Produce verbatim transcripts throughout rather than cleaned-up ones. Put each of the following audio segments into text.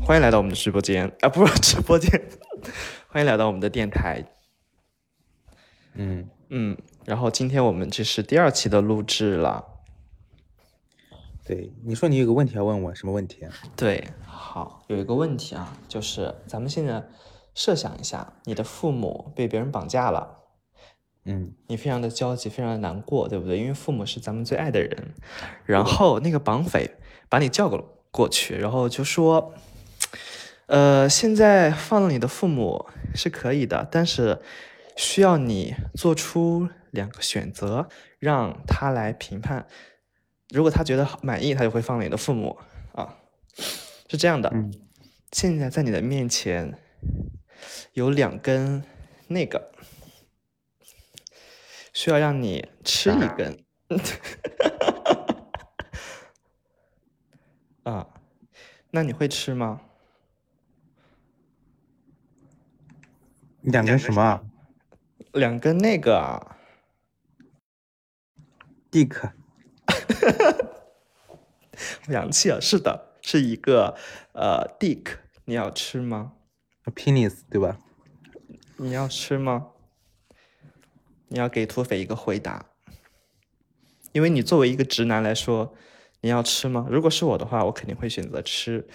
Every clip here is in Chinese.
欢迎来到我们的直播间啊，不是直播间，欢迎来到我们的电台。 嗯嗯，然后今天我们这是第二期的录制了。 对，你说你有个问题要问我，什么问题啊？ 对，好，有一个问题啊，就是咱们现在设想一下，你的父母被别人绑架了， 嗯， 你非常的焦急，非常的难过，对不对？因为父母是咱们最爱的人，然后那个绑匪把你叫过过去，然后就说，呃，现在放了你的父母是可以的，但是需要你做出两个选择，让他来评判。如果他觉得满意，他就会放了你的父母啊。是这样的， 嗯， 现在在你的面前有两根那个，需要让你吃一根。啊，那你会吃吗？ 两根什么啊两根那个啊。 ？Dick， 洋气啊，是的，是一个呃 dick，你要吃吗？ penis 对吧？ 你要吃吗？你要给土匪一个回答，因为你作为一个直男来说，你要吃吗？如果是我的话，我肯定会选择吃，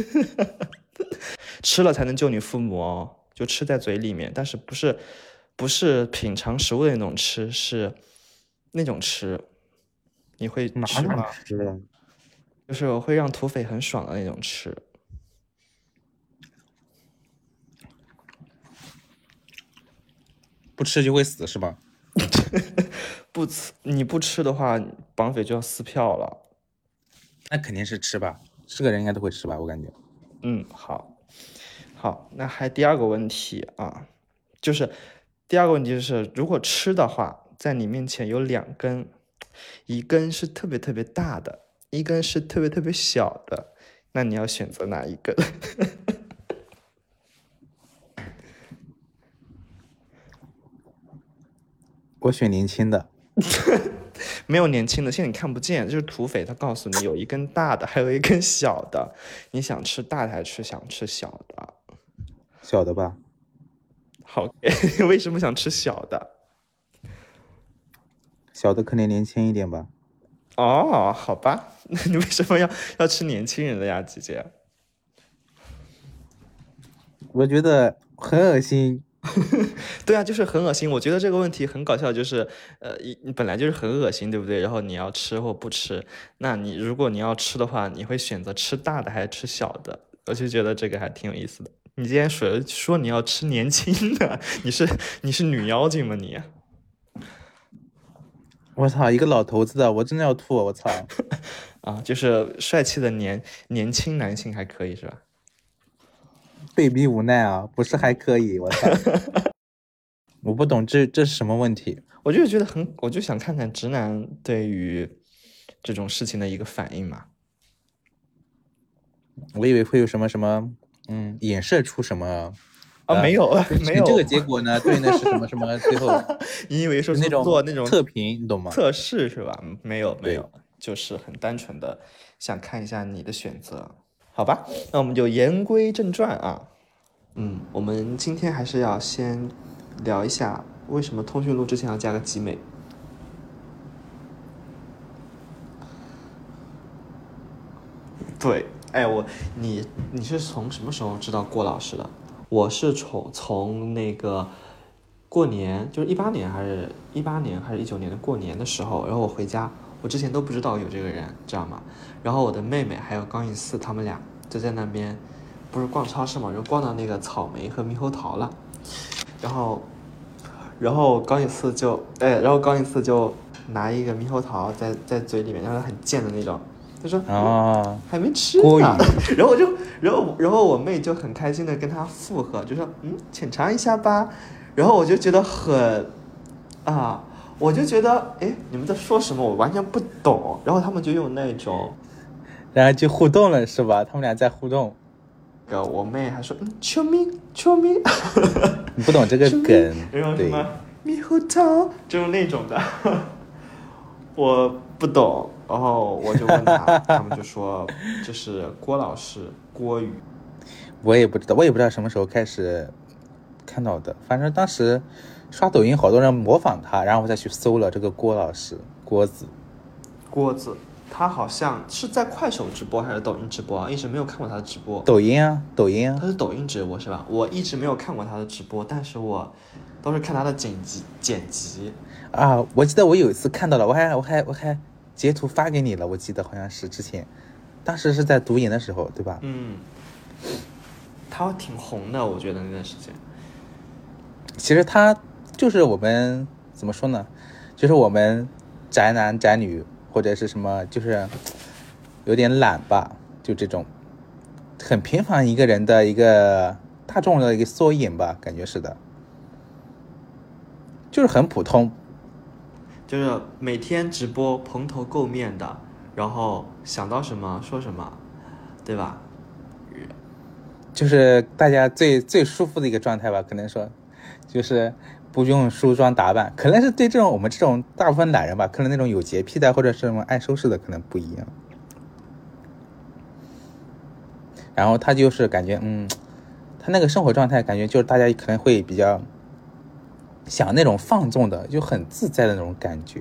吃了才能救你父母哦，就吃在嘴里面，但是不是不是品尝食物的那种吃，是那种吃，你会哪种吃吗？ 吃啊？ 就是我会让土匪很爽的那种吃。 不吃就会死是吧？ 不吃你不吃的话，绑匪就要撕票了。 那肯定是吃吧，是个人应该都会吃吧，我感觉。 嗯，好，好，那还第二个问题啊，就是第二个问题就是，如果吃的话，在你面前有两根，一根是特别特别大的，一根是特别特别小的，那你要选择哪一根？ 我选年轻的。 没有年轻的，现在你看不见，就是土匪他告诉你有一根大的，还有一根小的，你想吃大的还是想吃小的？ 小的吧。 好，为什么想吃小的？ 小的可能年轻一点吧。 哦，好吧，那你为什么要要吃年轻人的呀，姐姐？ 我觉得很恶心。 对啊，就是很恶心。我觉得这个问题很搞笑，就是呃，你本来就是很恶心，对不对？然后你要吃或不吃，那你如果你要吃的话，你会选择吃大的还是吃小的？我就觉得这个还挺有意思的。你今天说说你要吃年轻的，你是你是女妖精吗你？ 我操，一个老头子的，我真的要吐！我操， 啊，就是帅气的年年轻男性还可以是吧？ 被逼无奈啊，不是还可以？我操，我不懂这这是什么问题？ 我就觉得很，我就想看看直男对于这种事情的一个反应嘛。 我以为会有什么什么，嗯，衍射出什么啊，没有，没有。 这个结果呢，对应的是什么什么？最后你以为说是那种做那种测评，你懂吗？ 测试是吧？没有，没对有，就是很单纯的想看一下你的选择，好吧？那我们就言归正传啊。嗯，我们今天还是要先聊一下为什么通讯录之前要加个集美。对，哎，我你你是从什么时候知道郭老师的？我是从从那个过年，就是一八年还是一八年还是一九年的过年的时候，然后我回家，我之前都不知道有这个人，知道吗？然后我的妹妹还有高一四他们俩就在那边，不是逛超市嘛，就逛到那个草莓和猕猴桃了，然后然后高一四就哎，然后高一四就拿一个猕猴桃在在嘴里面，然后很贱的那种。他说啊， 还没吃呢，然后我就，然后然后我妹就很开心的跟他附和，就说嗯，浅尝一下吧，然后我就觉得很，啊，我就觉得哎，你们在说什么？我完全不懂。然后他们就用那种， 然后就互动了是吧？他们俩在互动。 个我妹还说嗯，球迷球迷， 你不懂这个梗， 然后什么猕猴桃，就是那种的，我不懂。然后我就问他，他们就说这是郭老师郭宇。 我也不知道，我也不知道什么时候开始看到的。反正当时刷抖音，好多人模仿他，然后我再去搜了这个郭老师，郭子。 郭子，他好像是在快手直播还是抖音直播啊？一直没有看过他的直播。 抖音啊，抖音啊。 他是抖音直播是吧？我一直没有看过他的直播，但是我都是看他的剪辑剪辑。 啊，我记得我有一次看到了，我还我还我还截图发给你了，我记得好像是之前，当时是在读研的时候，对吧？ 嗯，他挺红的，我觉得那段时间。 其实他就是我们怎么说呢，就是我们宅男宅女或者是什么，就是有点懒吧，就这种很平凡一个人的一个大众的一个缩影吧，感觉是的，就是很普通， 就是每天直播蓬头垢面的，然后想到什么说什么，对吧？ 就是大家最最舒服的一个状态吧，可能说就是不用梳妆打扮，可能是对这种我们这种大部分懒人吧，可能那种有洁癖的或者是什么爱收拾的可能不一样。然后他就是感觉嗯，他那个生活状态感觉就是大家可能会比较想那种放纵的，就很自在的那种感觉。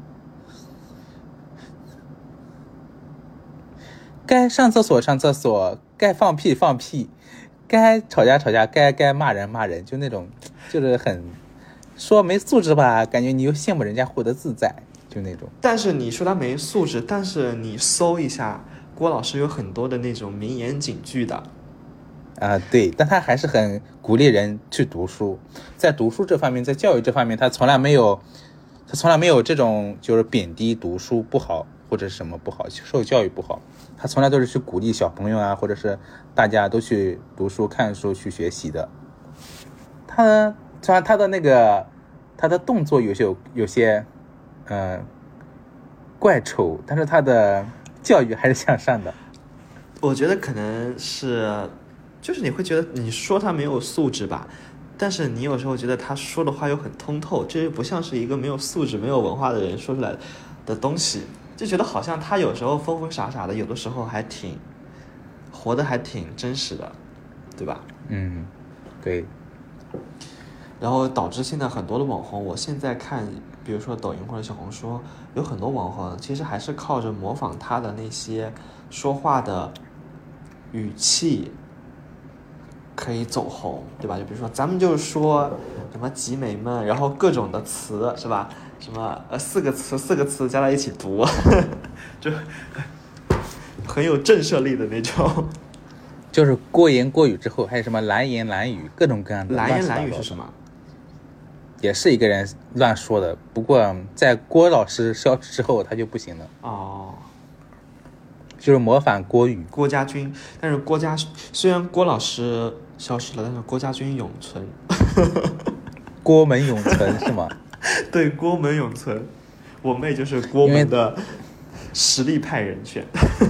该上厕所上厕所，该放屁放屁，该吵架吵架，该该骂人骂人，就那种就是很说没素质吧，感觉你又羡慕人家活得自在，就那种。 但是你说他没素质，但是你搜一下郭老师有很多的那种名言警句的。 啊，对，但他还是很鼓励人去读书，在读书这方面，在教育这方面，他从来没有，他从来没有这种就是贬低读书不好或者是什么不好，受教育不好，他从来都是去鼓励小朋友啊，或者是大家都去读书、看书、去学习的。他虽然他的那个他的动作有些有些，呃，怪丑，但是他的教育还是向上的。 我觉得可能是。就是你会觉得你说他没有素质吧，但是你有时候觉得他说的话又很通透，这又不像是一个没有素质没有文化的人说出来的东西，就觉得好像他有时候疯疯傻傻的，有的时候还挺活得还挺真实的，对吧？ 嗯，对。 然后导致现在很多的网红，我现在看比如说抖音或者小红书，有很多网红其实还是靠着模仿他的那些说话的语气可以走红，对吧？就比如说咱们就是说什么集美们，然后各种的词是吧？什么呃四个词四个词加在一起读，就很有震慑力的那种。 就是过言过语之后，还有什么蓝言蓝语，各种各样的。 蓝言蓝语是什么？ 也是一个人乱说的，不过在郭老师消失之后，他就不行了。 哦。 就是模仿郭宇、 郭家军，但是郭家虽然郭老师消失了，但是郭家军永存。 郭门永存是吗？ 对，郭门永存，我妹就是郭门的实力派人选。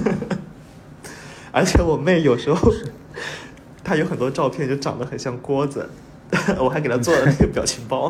而且我妹有时候，她有很多照片就长得很像郭子，我还给她做了那个表情包。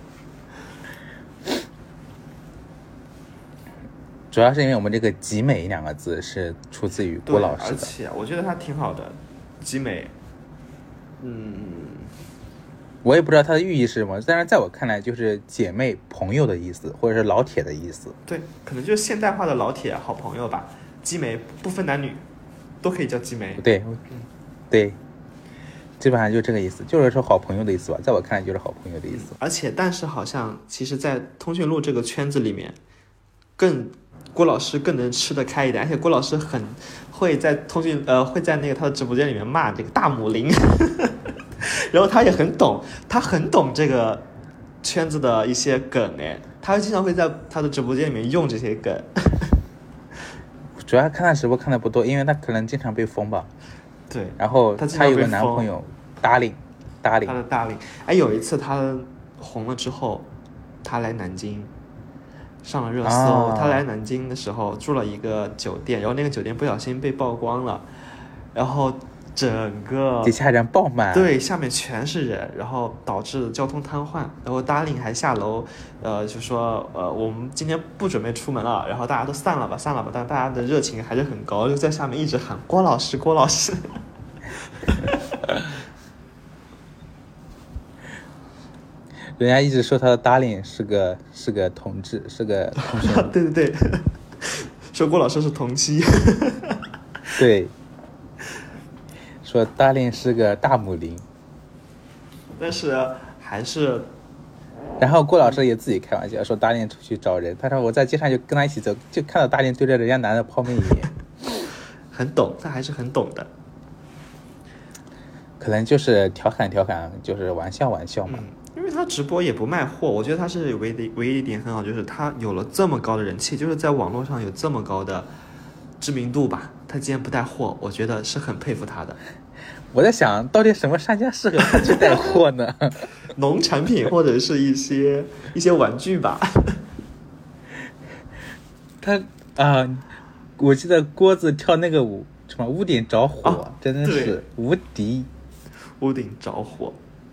主要是因为我们这个集美两个字是出自于郭老师的， 而且我觉得他挺好的，集美。嗯， 我也不知道它的寓意是什么，但是在我看来就是姐妹、朋友的意思，或者是老铁的意思。 对，可能就是现代化的老铁、好朋友吧。集美不分男女，都可以叫集美。 对，嗯，对，基本上就这个意思，就是说好朋友的意思吧。在我看来就是好朋友的意思。 嗯、而且，但是好像其实，在通讯录这个圈子里面，更。郭老师更能吃得开一点，而且郭老师很会在通讯呃会在那个他的直播间里面骂这个大母零，然后他也很懂，他很懂这个圈子的一些梗哎，他经常会在他的直播间里面用这些梗。 主要看他直播看的不多，因为他可能经常被封吧。 对， 然后他有个男朋友，Darling，Darling， 他的 Darling， 哎，有一次他红了之后，他来南京。上了热搜、啊、他来南京的时候住了一个酒店，然后那个酒店不小心被曝光了，然后整个底下人爆满， 对，下面全是人，然后导致交通瘫痪，然后 Darling 还下楼呃就说呃我们今天不准备出门了，然后大家都散了吧散了吧，但大家的热情还是很高，就在下面一直喊郭老师郭老师。 人家一直说他的 darling 是个是个同志，是个同学。 对对对，说郭老师是同期。 对，说 darling 是个大母零。 但是还是， 然后郭老师也自己开玩笑说大连出去找人，他说我在街上就跟他一起走，就看到大连对着人家男的抛媚眼， 很懂，他还是很懂的。 可能就是调侃调侃，就是玩笑玩笑嘛。 嗯，因为他直播也不卖货，我觉得他是唯一唯一一点很好，就是他有了这么高的人气，就是在网络上有这么高的知名度吧。他竟然不带货，我觉得是很佩服他的。 我在想到底什么商家适合他去带货呢？ 农产品或者是一些一些玩具吧。 他啊、呃，我记得郭子跳那个舞，什么屋顶着火， 啊、 真的是无敌。 屋顶着火，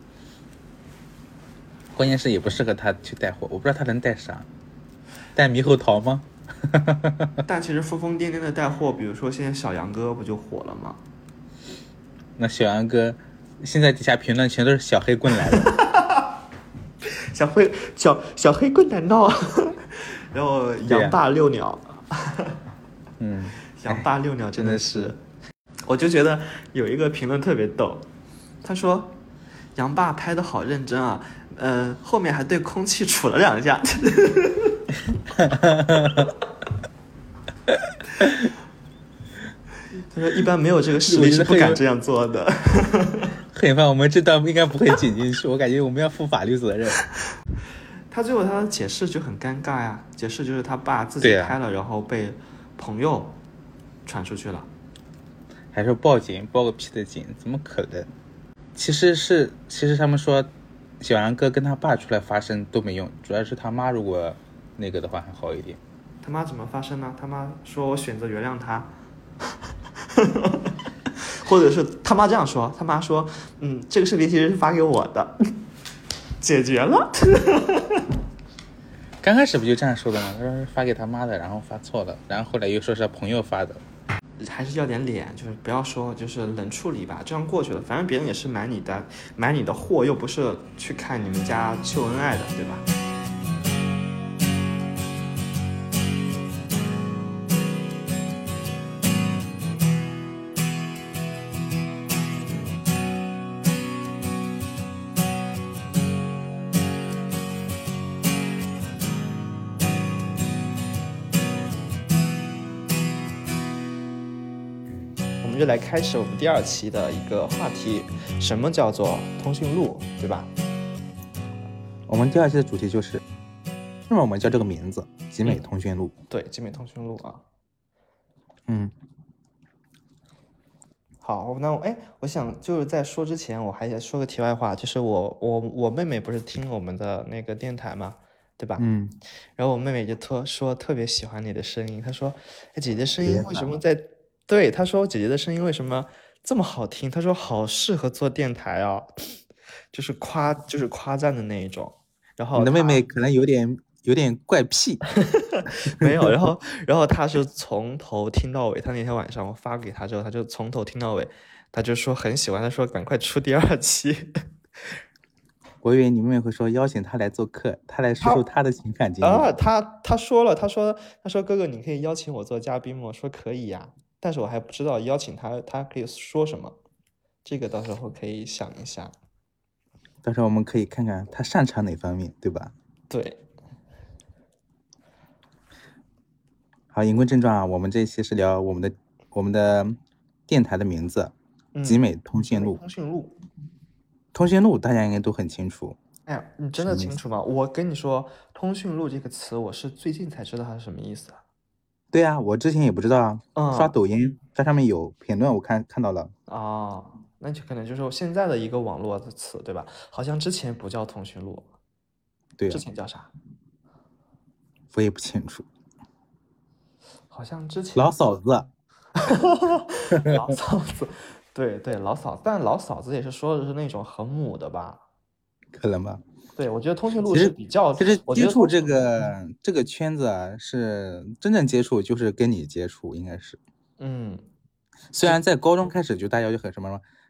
关键是也不适合他去带货，我不知道他能带啥，带猕猴桃吗？ 但其实疯疯癫癫的带货，比如说现在小杨哥不就火了吗？ 那小杨哥现在底下评论全都是小黑棍来了。 小黑小小黑棍难道？然后杨爸遛鸟。 嗯， 杨爸遛鸟真的是，我就觉得有一个评论特别逗，他说杨爸拍的好认真啊，呃，后面还对空气杵了两下。他说一般没有这个实力是不敢这样做的。 很烦，我们这段应该不会剪进去，我感觉我们要负法律责任。 他最后他的解释就很尴尬呀，解释就是他爸自己拍了，啊、然后被朋友传出去了， 还说报警，报个屁的警，怎么可能？其实是，其实他们说小杨哥跟他爸出来发声都没用，主要是他妈如果那个的话还好一点。 他妈怎么发声呢？他妈说我选择原谅他。或者是他妈这样说，他妈说嗯，这个视频其实是发给我的。解决了。 刚开始不就这样说的吗？他说是发给他妈的，然后发错了，然后后来又说是朋友发的。 还是要点脸，就是不要说就是冷处理吧，这样过去了，反正别人也是买你的买你的货，又不是去看你们家秀恩爱的，对吧？我们就来开始我们第二期的一个话题，什么叫做通讯录，对吧？ 我们第二期的主题就是为什么我们叫这个名字集美通讯录、 嗯、对，集美通讯录啊。 嗯， 好，那我哎，我想就是在说之前，我还想说个题外话，就是我我我妹妹不是听我们的那个电台嘛，对吧？ 嗯， 然后我妹妹就特说特别喜欢你的声音，她说，哎，姐姐声音为什么在？对，她说姐姐的声音为什么这么好听？她说好适合做电台啊，就是夸就是夸赞的那一种。然后你的妹妹可能有点有点怪癖。 没有，然后然后她是从头听到尾，她那天晚上我发给她之后，她就从头听到尾，她就说很喜欢，她说赶快出第二期。 我以为你妹妹会说邀请她来做客，她来说说她的情感经历啊。她她说了，她说她说哥哥你可以邀请我做嘉宾吗？我说可以呀、啊，但是我还不知道邀请她她可以说什么，这个到时候可以想一下。 到时候我们可以看看她擅长哪方面，对吧？ 对。 好，言归正传啊，我们这一期是聊我们的我们的电台的名字， 嗯、 集美通讯录。 通讯录， 通讯录大家应该都很清楚。 哎呀，你真的清楚吗？我跟你说，通讯录这个词，我是最近才知道它是什么意思啊。 对啊，我之前也不知道啊。 嗯， 刷抖音，它上面有评论，我看看到了。 哦，那就可能就是现在的一个网络的词，对吧？好像之前不叫通讯录。 对、啊， 之前叫啥？ 我也不清楚。 好像之前老嫂子。 老嫂子，对对，老嫂子，但老嫂子也是说的是那种很母的吧？ 可能吧。 对，我觉得通讯录是比较， 其实接触这个这个圈子啊，是真正接触就是跟你接触，应该是。 嗯， 虽然在高中开始就大家就很什么什么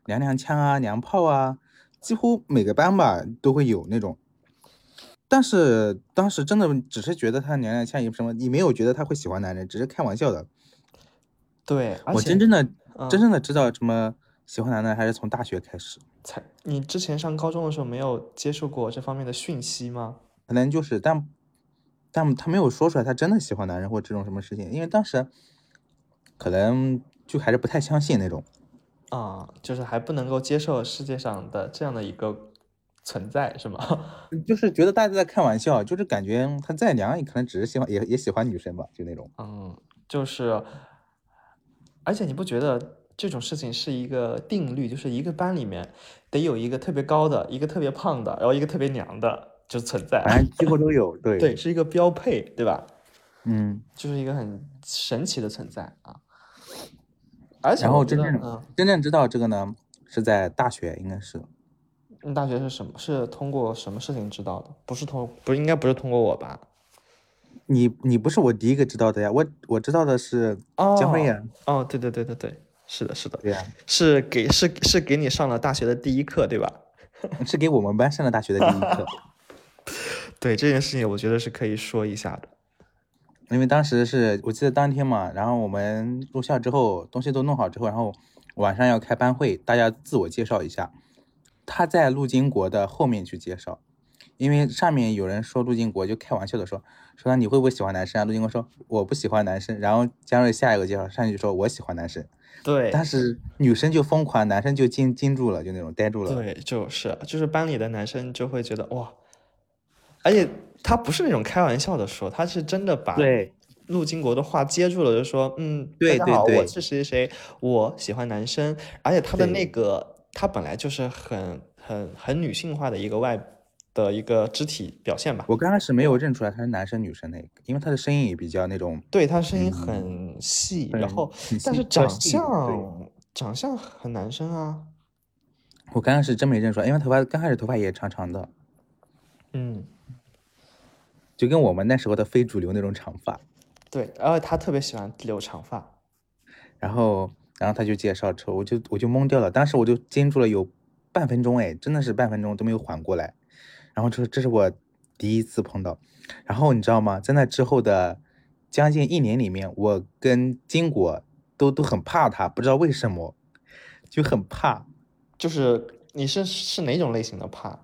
娘娘腔啊、娘炮啊，几乎每个班吧都会有那种。但是当时真的只是觉得他娘娘腔有什么，你没有觉得他会喜欢男人，只是开玩笑的。 对，而且我真正的、 嗯， 真正的知道什么喜欢男的，还是从大学开始。 才你之前上高中的时候没有接受过这方面的讯息吗？ 可能就是，但但他没有说出来，他真的喜欢男人或这种什么事情，因为当时可能就还是不太相信那种。 啊、就是还不能够接受世界上的这样的一个存在，是吗？ 就是觉得大家在开玩笑，就是感觉他再娘也可能只是喜欢也也喜欢女生吧，就那种。 嗯，就是，而且你不觉得这种事情是一个定律，就是一个班里面得有一个特别高的，一个特别胖的，然后一个特别娘的，就存在。 反正几乎都有。对。 对，是一个标配，对吧？ 嗯。 就是一个很神奇的存在啊。而且然我觉得， 后真正嗯， 真正知道这个呢，是在大学，应该是。 你大学是什么？是通过什么事情知道的？不是通，不是应该不是通过我吧？ 你你不是我第一个知道的呀，我我知道的是江辉哦， 呀。 哦，对对对对对，是的，是的， 对呀， 是给是是给你上了大学的第一课，对吧？ 是给我们班上了大学的第一课。 对这件事情，我觉得是可以说一下的。 因为当时是我记得当天嘛，然后我们入校之后，东西都弄好之后，然后晚上要开班会，大家自我介绍一下。他在陆金国的后面去介绍，因为上面有人说陆金国就开玩笑的说说你会不会喜欢男生啊？陆金国说我不喜欢男生，然后江瑞下一个介绍上去说我喜欢男生， 对但是女生就疯狂，男生就惊惊住了，就那种呆住了。 对，就是就是班里的男生就会觉得哇，而且他不是那种开玩笑的说，他是真的把对陆金国的话接住了，就说嗯，大对家好，我对对是谁谁谁，我喜欢男生，而且他的那对， 个他本来就是很很很女性化的一个外的一个肢体表现吧。 我刚开始没有认出来他是男生女生那个，因为他的声音也比较那种， 对，他声音嗯， 很细，然很后很细，比较但是长细一点。对， 相长相很男生啊。 我刚开始真没认出来，因为头发刚开始头发也长长的， 嗯， 就跟我们那时候的非主流那种长发。 对，然后他特别喜欢留长发。 然后，然后他就介绍之后，我就我就懵掉了，当时我就惊住了有半分钟，哎，真的是半分钟都没有缓过来。然后这这是我第一次碰到，然后你知道吗？在那之后的将近一年里面，我跟金果都都很怕他，不知道为什么，就很怕。 就是你是是哪种类型的怕？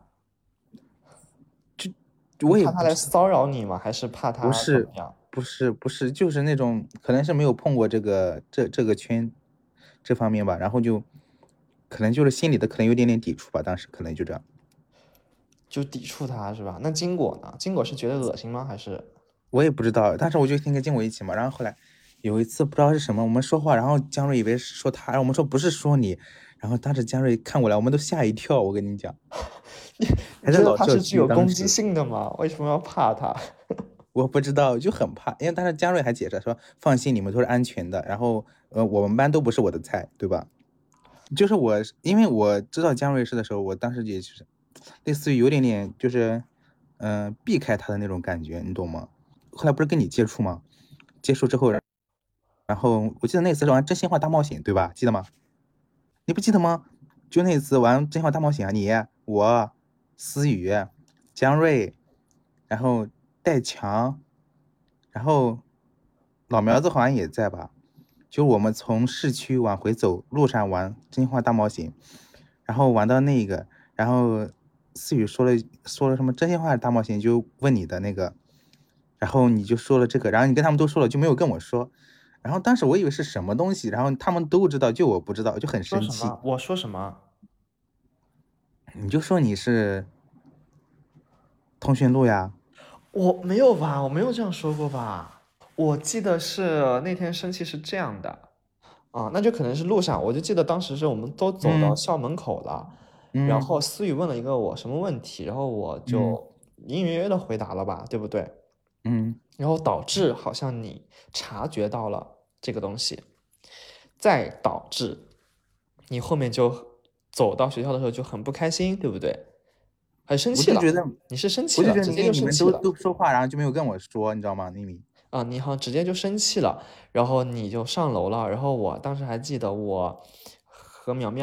你我也怕他不知道， 来骚扰你吗？还是怕他怎么不是样？ 不是不是，就是那种可能是没有碰过这个这这个圈这方面吧，然后就可能就是心里的可能有点点抵触吧，当时可能就这样。 就抵触他是吧？那金果呢？金果是觉得恶心吗？还是我也不知道，但是我就天天跟我一起嘛。然后后来有一次不知道是什么，我们说话，然后江瑞以为是说他，然后我们说不是说你，然后当时江瑞看过来，我们都吓一跳。我跟你讲，还在你觉得老校区， 他是具有攻击当时性的吗？为什么要怕他？ 我不知道，就很怕，因为当时江瑞还解释说，放心，你们都是安全的。然后呃，我们班都不是我的菜，对吧？就是我，因为我知道江瑞是的时候，我当时也就是类似于有点点就是嗯、呃避开他的那种感觉，你懂吗？后来不是跟你接触吗？接触之后，然后我记得那次是玩真心话大冒险，对吧？记得吗？你不记得吗？就那次玩真心话大冒险啊，你我思雨、江瑞，然后戴强，然后老苗子好像也在吧？就我们从市区往回走，路上玩真心话大冒险，然后玩到那个，然后思雨说了说了什么真心话大冒险，就问你的那个，然后你就说了这个，然后你跟他们都说了，就没有跟我说。然后当时我以为是什么东西，然后他们都知道，就我不知道，就很生气。 说什么？我说什么？ 你就说你是通讯录呀。 我没有吧？我没有这样说过吧？我记得是那天生气是这样的啊，那就可能是路上，我就记得当时是我们都走到嗯校门口了，然嗯后思雨问了一个我什么问题，然后我嗯就隐隐约约的回答了吧，对不对？ 嗯， 然后导致好像你察觉到了这个东西，再导致你后面就走到学校的时候就很不开心，对不对？很生气了， 我就觉得， 你是生气了， 我就觉得直接就你你们都生气了都说话，然后就没有跟我说，你知道吗？妮妮。 啊！你好像直接就生气了，然后你就上楼了，然后我当时还记得我和苗苗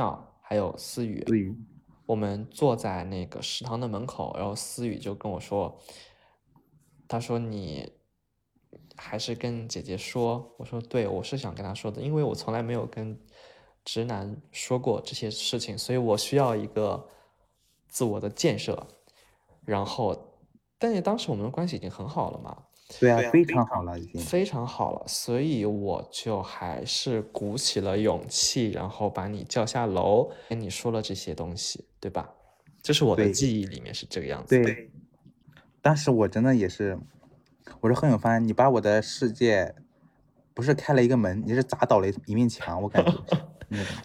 还有思雨， 思雨， 我们坐在那个食堂的门口，然后思雨就跟我说，他说你还是跟姐姐说，我说对，我是想跟她说的，因为我从来没有跟直男说过这些事情，所以我需要一个自我的建设。然后，但是当时我们的关系已经很好了嘛， 对啊，非常好了已经。 非常好了，所以我就还是鼓起了勇气，然后把你叫下楼，跟你说了这些东西，对吧？这是我的对记忆里面是这个样子的。 对，当时我真的也是，我说何永帆，你把我的世界不是开了一个门，你是砸倒了一面墙，我感觉是那种。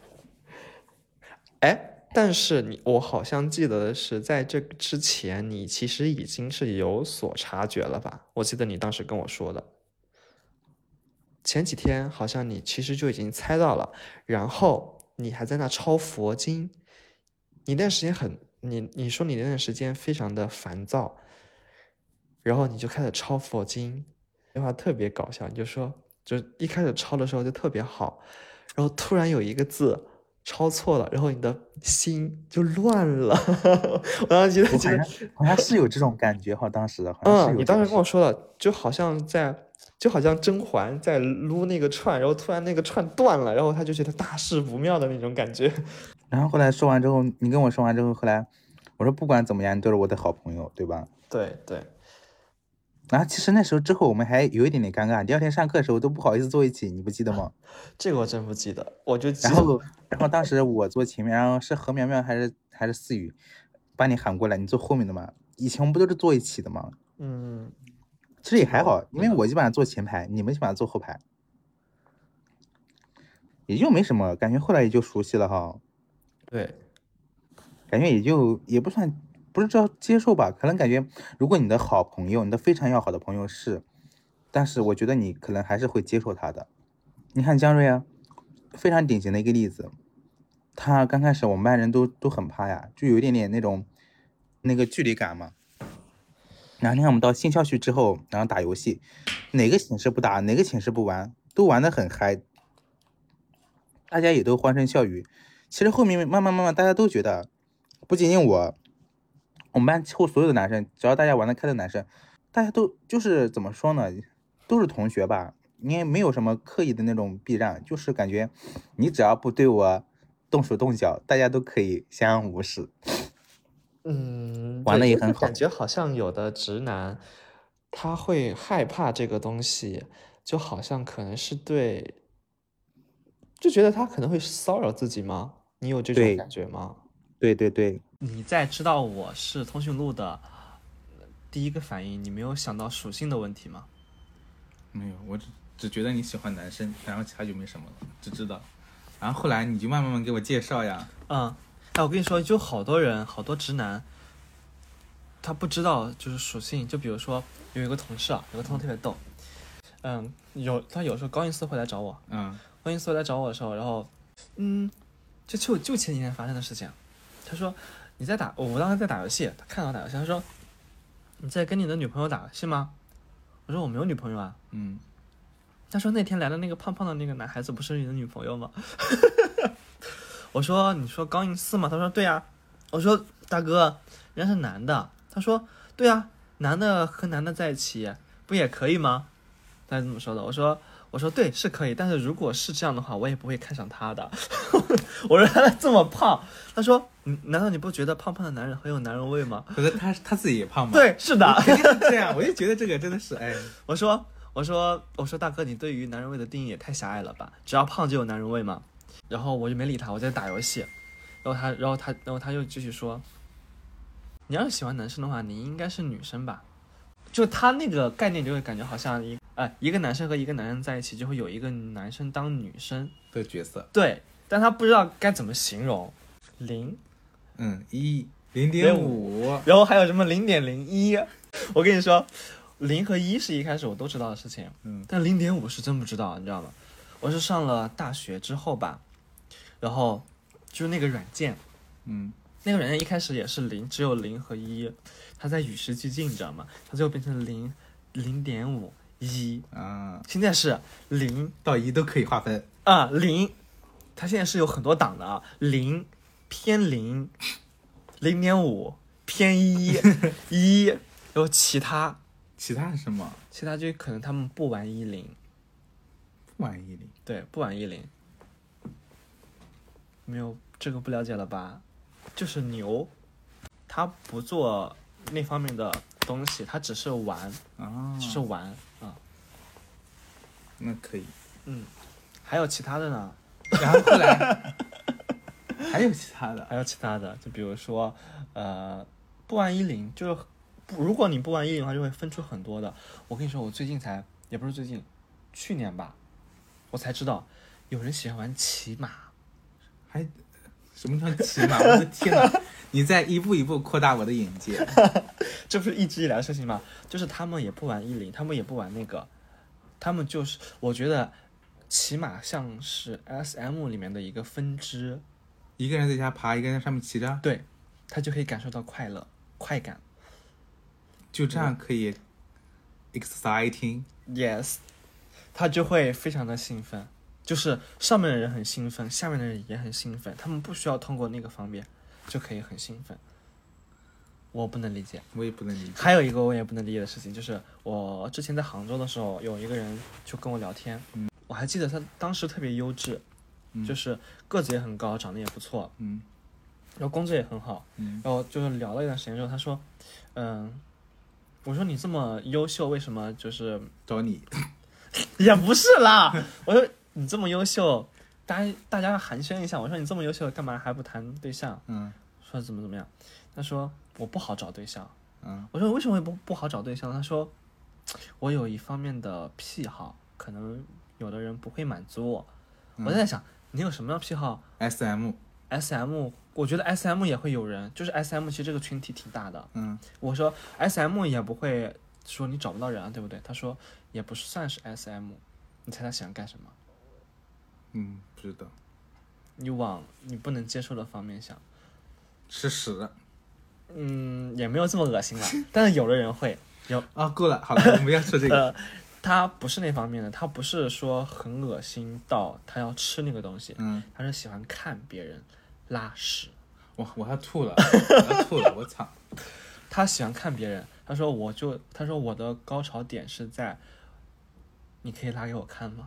哎，但是你，我好像记得的是，在这个之前，你其实已经是有所察觉了吧？我记得你当时跟我说的，前几天好像你其实就已经猜到了，然后你还在那抄佛经，你那段时间很，你你说你那段时间非常的烦躁，然后你就开始抄佛经，那话特别搞笑，你就说，就一开始抄的时候就特别好，然后突然有一个字抄错了，然后你的心就乱了。我当时记得， 我好像好像是有这种感觉哈，当时好像是嗯， 有、 你当时跟我说了，就好像在，就好像甄嬛在撸那个串，然后突然那个串断了，然后他就觉得大事不妙的那种感觉。 然后后来说完之后，你跟我说完之后，后来我说不管怎么样，你都是我的好朋友，对吧？ 对对。 然后其实那时候之后我们还有一点点尴尬，第二天上课的时候都不好意思坐一起，你不记得吗？ 这个我真不记得，我就记得。 然后然后当时我坐前面，然后是何苗苗还是还是思雨把你喊过来，你坐后面的嘛。以前我们不都是坐一起的吗？ 嗯， 其实也还好，因为我基本上坐前排，你们基本上坐后排，也就没什么，感觉后来也就熟悉了哈。 对， 感觉也就也不算，不是叫接受吧，可能感觉如果你的好朋友，你的非常要好的朋友是，但是我觉得你可能还是会接受他的。你看江瑞啊，非常典型的一个例子，他刚开始我们班人都都很怕呀，就有一点点那种那个距离感嘛。然后你看我们到新校区之后，然后打游戏，哪个寝室不打，哪个寝室不玩，都玩得很嗨，大家也都欢声笑语。其实后面慢慢慢慢，大家都觉得，不仅仅我，我们班几乎所有的男生，只要大家玩得开的男生，大家都就是怎么说呢，都是同学吧，你也没有什么刻意的那种避让，就是感觉你只要不对我动手动脚，大家都可以相安无事。 嗯， 玩的也很好。 感觉好像有的直男他会害怕这个东西，就好像可能是对，就觉得他可能会骚扰自己吗？你有这种感觉吗？ 对对对。 你在知道我是通讯录的第一个反应，你没有想到属性的问题吗？ 没有，我只只觉得你喜欢男生，然后其他就没什么了，只知道。然后后来你就慢慢慢给我介绍呀。 嗯，哎，我跟你说，就好多人，好多直男，他不知道就是属性。就比如说有一个同事啊，有个同事特别逗，嗯，有他有时候高一四会来找我， 嗯， 高一四会来找我的时候，然后，嗯，就就就前几天发生的事情，他说你在打，我当时在打游戏，他看到我打游戏，他说你在跟你的女朋友打游戏吗？我说我没有女朋友啊。 嗯， 他说那天来的那个胖胖的那个男孩子不是你的女朋友吗？我说你说高一四吗？他说对啊。我说大哥，人家是男的。他说对啊，男的和男的在一起不也可以吗？他是这么说的。我说我说对，是可以，但是如果是这样的话，我也不会看上他的。我说他这么胖，他说嗯，难道你不觉得胖胖的男人很有男人味吗？ 可是他他自己也胖吗？ 对，是的， 肯定是这样。我就觉得这个真的是哎。 我说我说我说大哥，你对于男人味的定义也太狭隘了吧？只要胖就有男人味吗？然后我就没理他，我在打游戏。然后他，然后他，然后他又继续说：“你要是喜欢男生的话，你应该是女生吧？”就他那个概念，就会感觉好像一哎一个男生和一个男人在一起，就会有一个男生当女生的角色。 对，但他不知道该怎么形容。零， 嗯，一零点五， 然后还有什么零点零一？我跟你说，零和一是一开始我都知道的事情， 嗯， 但零点五是真不知道，你知道吗？我是上了大学之后吧，然后。就是那个软件， 嗯， 那个软件一开始也是零，只有零和一，它在与时俱进，你知道吗？它最后变成零、零点五、一啊， 现在是零到一都可以划分啊，零，它现在是有很多档的啊，零、 偏零、零点五、偏一、一，然后其他， 其他是什么？ 其他就可能他们不玩一零， 不玩一零， 对，不玩一零。没有这个不了解了吧？就是牛，他不做那方面的东西，他只是玩， 啊， 只是玩啊。 那可以。 嗯，还有其他的呢？ 然后后来还有其他的， 还有其他的，就比如说，呃，不玩一零，就是不，如果你不玩一零的话，就会分出很多的。我跟你说，我最近才，也不是最近，去年吧，我才知道有人喜欢玩骑马。 还什么叫骑马？我的天哪！你在一步一步扩大我的眼界。 这不是一直以来的事情吗？就是他们也不玩一零，他们也不玩那个，他们就是我觉得骑马像是 S M 里面的一个分支。 一个人在家爬，一个人在上面骑着， 对，他就可以感受到快乐、快感， 就这样可以 exciting。 Yes， 他就会非常的兴奋，就是上面的人很兴奋，下面的人也很兴奋，他们不需要通过那个方面就可以很兴奋。我不能理解， 我也不能理解。 还有一个我也不能理解的事情，就是我之前在杭州的时候，有一个人就跟我聊天， 嗯， 我还记得他当时特别优质， 嗯、 就是个子也很高，长得也不错， 嗯， 然后工作也很好， 嗯， 然后就是聊了一段时间之后，他说，嗯，我说你这么优秀，为什么就是找你？ 也不是啦，我说你这么优秀，大家大家寒暄一下，我说你这么优秀，干嘛还不谈对象？ 嗯， 说怎么怎么样？他说我不好找对象。 嗯， 我说为什么不不好找对象？他说我有一方面的癖好，可能有的人不会满足我。 嗯、 我在想你有什么样癖好 ？S M。S M， 我觉得 S M 也会有人，就是 S M 其实这个群体挺大的。 嗯， 我说 S M 也不会说你找不到人啊，对不对？他说也不是算是 S M， 你猜他喜欢干什么？ 嗯，不知道。 你往你不能接受的方面想， 吃屎。 嗯，也没有这么恶心了，但是有的人会有啊，够了，好了，我们不要说这个。 呃，他不是那方面的，他不是说很恶心到他要吃那个东西， 嗯， 他是喜欢看别人拉屎。 我我要吐了，我要吐了，我操！ 他喜欢看别人，他说我就他说我的高潮点是在，你可以拉给我看吗？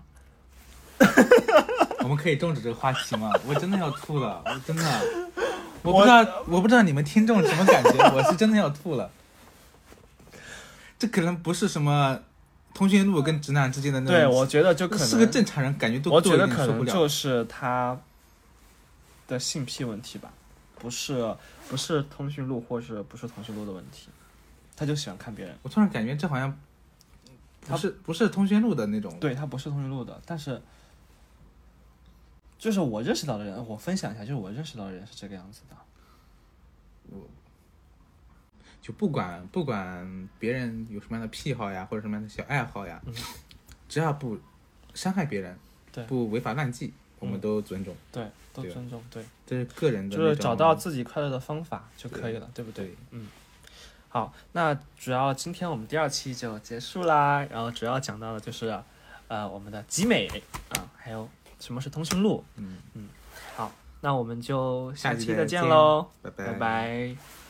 我们可以终止这个话题吗？我真的要吐了，我真的，我不知道我, 我不知道你们听众什么感觉，我是真的要吐了。这可能不是什么通讯录跟直男之间的那种， 对，我觉得就可能是个正常人感觉都我觉得可受不了能就是他的性癖问题吧，不是不是通讯录或是不是通讯录的问题，他就喜欢看别人。 我突然感觉这好像不是不是通讯录的那种， 对，他不是通讯录的，但是就是我认识到的人，我分享一下，就是我认识到的人是这个样子的。 我就不管不管别人有什么样的癖好呀，或者什么样的小爱好呀， 嗯、 只要不伤害别人， 对， 不违法乱纪，我们都尊重。 嗯、对，都尊重，对， 这是个人的， 就是找到自己快乐的方法就可以了， 对, 对不对？ 对， 嗯。好，那主要今天我们第二期就结束啦，然后主要讲到的就是，呃，我们的集美啊，还有什么是通讯录。 嗯嗯，好，那我们就下期再见见喽， 拜拜。 拜拜。